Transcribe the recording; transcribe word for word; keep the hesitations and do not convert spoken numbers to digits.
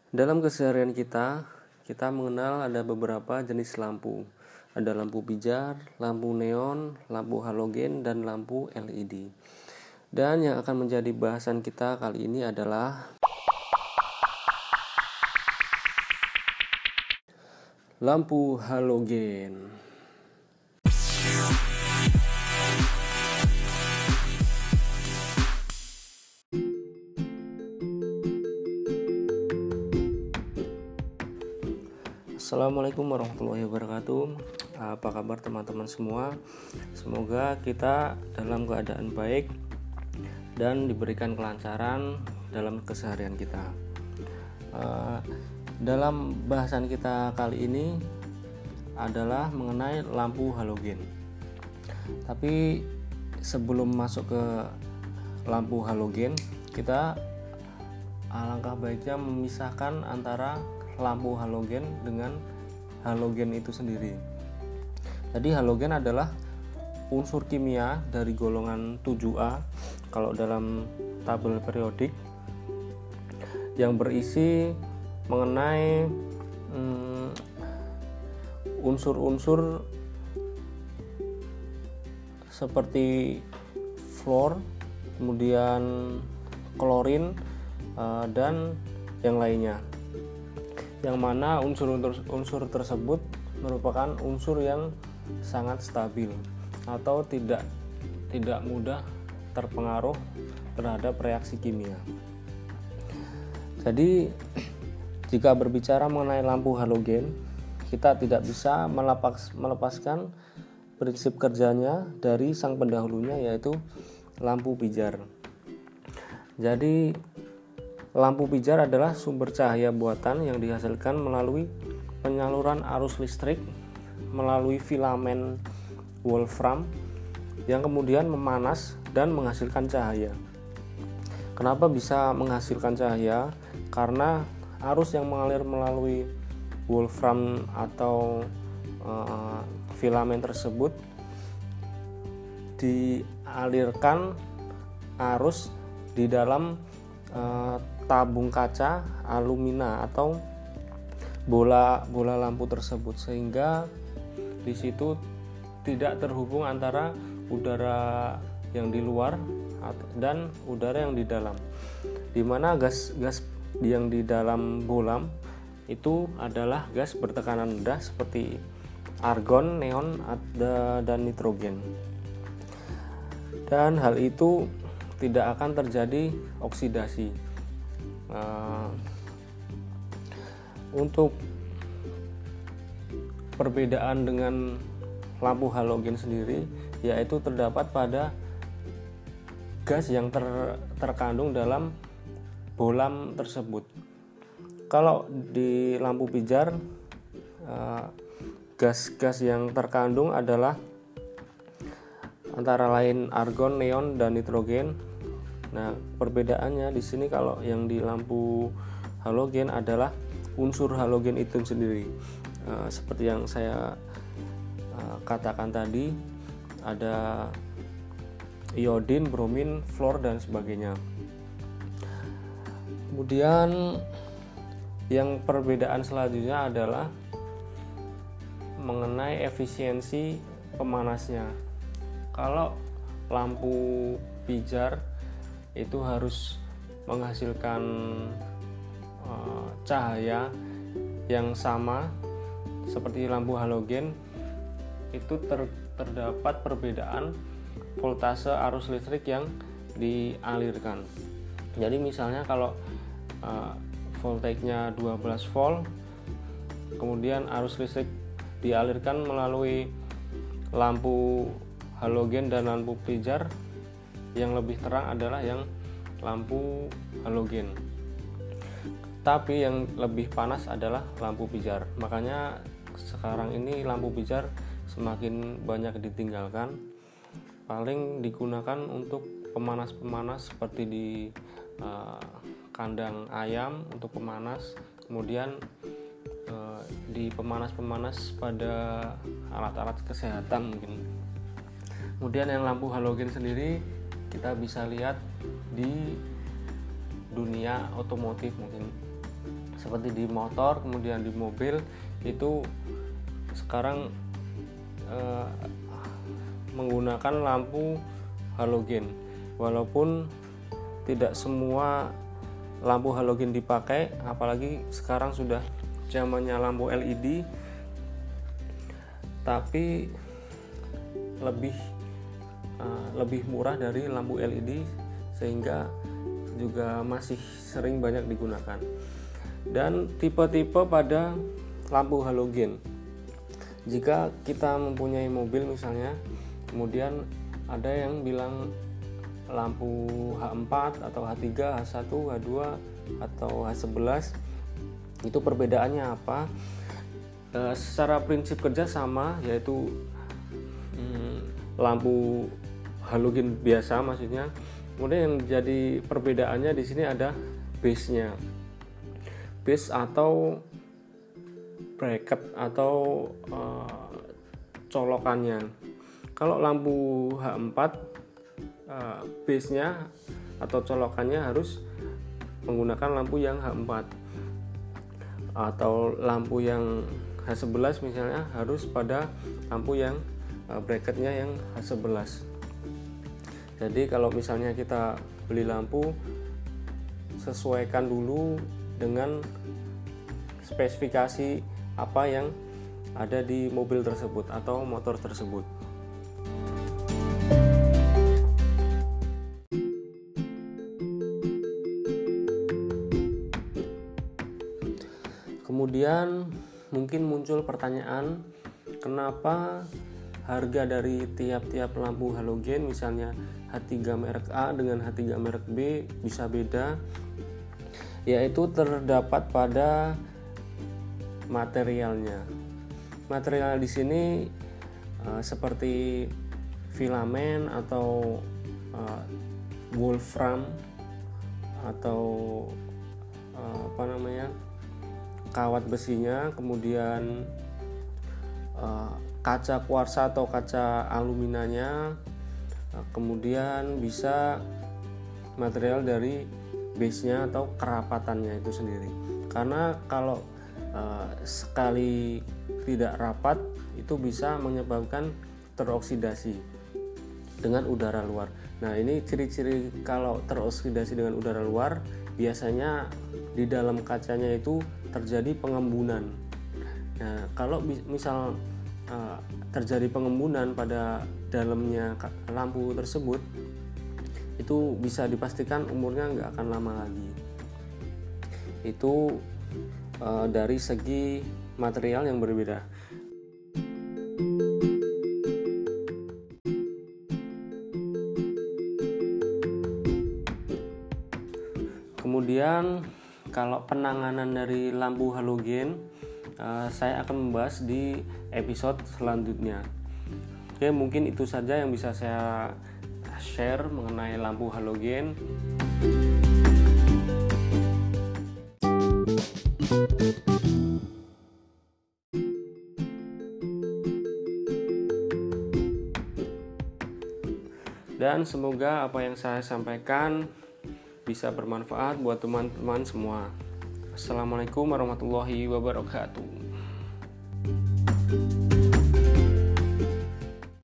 Dalam keseharian kita, kita mengenal ada beberapa jenis lampu. Ada lampu pijar, lampu neon, lampu halogen, dan lampu L E D. Dan yang akan menjadi bahasan kita kali ini adalah lampu halogen. Assalamualaikum warahmatullahi wabarakatuh. Apa kabar teman-teman semua? Semoga kita dalam keadaan baik dan diberikan kelancaran dalam keseharian kita. Uh, dalam bahasan kita kali ini adalah mengenai lampu halogen. Tapi sebelum masuk ke lampu halogen, kita alangkah baiknya memisahkan antara lampu halogen dengan halogen itu sendiri. Jadi halogen adalah unsur kimia dari golongan tujuh A kalau dalam tabel periodik, yang berisi mengenai hmm, unsur-unsur seperti fluor, kemudian klorin, uh, dan yang lainnya, yang mana unsur-unsur tersebut merupakan unsur yang sangat stabil atau tidak tidak mudah terpengaruh terhadap reaksi kimia. Jadi jika berbicara mengenai lampu halogen, kita tidak bisa melepas, melepaskan prinsip kerjanya dari sang pendahulunya, yaitu lampu pijar. Jadi lampu pijar adalah sumber cahaya buatan yang dihasilkan melalui penyaluran arus listrik melalui filamen wolfram yang kemudian memanas dan menghasilkan cahaya. Kenapa bisa menghasilkan cahaya? Karena arus yang mengalir melalui wolfram atau uh, filamen tersebut dialirkan arus di dalam uh, tabung kaca alumina atau bola bola lampu tersebut, sehingga di situ tidak terhubung antara udara yang di luar dan udara yang di dalam, di mana gas gas yang di dalam bolam itu adalah gas bertekanan rendah seperti argon, neon, dan nitrogen. Dan hal itu tidak akan terjadi oksidasi. Uh, untuk perbedaan dengan lampu halogen sendiri, yaitu terdapat pada gas yang ter, terkandung dalam bolam tersebut. Kalau di lampu pijar, uh, gas-gas yang terkandung adalah antara lain argon, neon, dan nitrogen. Nah, perbedaannya di sini kalau yang di lampu halogen adalah unsur halogen itu sendiri. Uh, seperti yang saya uh, katakan tadi, ada iodin, bromin, fluor, dan sebagainya. Kemudian yang perbedaan selanjutnya adalah mengenai efisiensi pemanasnya. Kalau lampu pijar itu harus menghasilkan uh, cahaya yang sama seperti lampu halogen, itu ter, terdapat perbedaan voltase arus listrik yang dialirkan. Jadi misalnya kalau uh, voltage-nya dua belas volt, kemudian arus listrik dialirkan melalui lampu halogen dan lampu pijar, yang lebih terang adalah yang lampu halogen, tapi yang lebih panas adalah lampu pijar. Makanya sekarang ini lampu pijar semakin banyak ditinggalkan, paling digunakan untuk pemanas-pemanas seperti di uh, kandang ayam untuk pemanas, kemudian uh, di pemanas-pemanas pada alat-alat kesehatan mungkin. Kemudian yang lampu halogen sendiri kita bisa lihat di dunia otomotif mungkin, seperti di motor, kemudian di mobil itu sekarang eh, menggunakan lampu halogen. Walaupun tidak semua lampu halogen dipakai, apalagi sekarang sudah zamannya lampu L E D, tapi lebih uh, lebih murah dari lampu L E D, sehingga juga masih sering banyak digunakan. Dan tipe-tipe pada lampu halogen, jika kita mempunyai mobil misalnya, kemudian ada yang bilang lampu H empat atau H tiga, H satu, H dua atau H sebelas, itu perbedaannya apa? E, secara prinsip kerja sama, yaitu hmm, lampu halogen biasa maksudnya. Kemudian yang jadi perbedaannya di sini ada base-nya, base atau bracket atau uh, colokannya. Kalau lampu H empat, uh, base-nya atau colokannya harus menggunakan lampu yang H empat, atau lampu yang H sebelas misalnya harus pada lampu yang uh, bracketnya yang H sebelas. Jadi kalau misalnya kita beli lampu, sesuaikan dulu dengan spesifikasi apa yang ada di mobil tersebut atau motor tersebut. Kemudian mungkin muncul pertanyaan, kenapa harga dari tiap-tiap lampu halogen, misalnya H tiga merek A dengan H tiga merek B bisa beda? Yaitu terdapat pada materialnya. Material di sini uh, seperti filamen atau uh, wolfram atau uh, apa namanya kawat besinya, kemudian uh, kaca kuarsa atau kaca aluminanya, uh, kemudian bisa material dari base-nya atau kerapatannya itu sendiri. Karena kalau uh, sekali tidak rapat itu bisa menyebabkan teroksidasi dengan udara luar. Nah, ini ciri-ciri kalau teroksidasi dengan udara luar, biasanya di dalam kacanya itu terjadi pengembunan. Nah, kalau misal uh, terjadi pengembunan pada dalamnya lampu tersebut, itu bisa dipastikan umurnya nggak akan lama lagi. Itu uh, dari segi material yang berbeda. Kemudian kalau penanganan dari lampu halogen, uh, saya akan membahas di episode selanjutnya. Oke, mungkin itu saja yang bisa saya share mengenai lampu halogen. Dan semoga apa yang saya sampaikan bisa bermanfaat buat teman-teman semua. Assalamualaikum warahmatullahi wabarakatuh.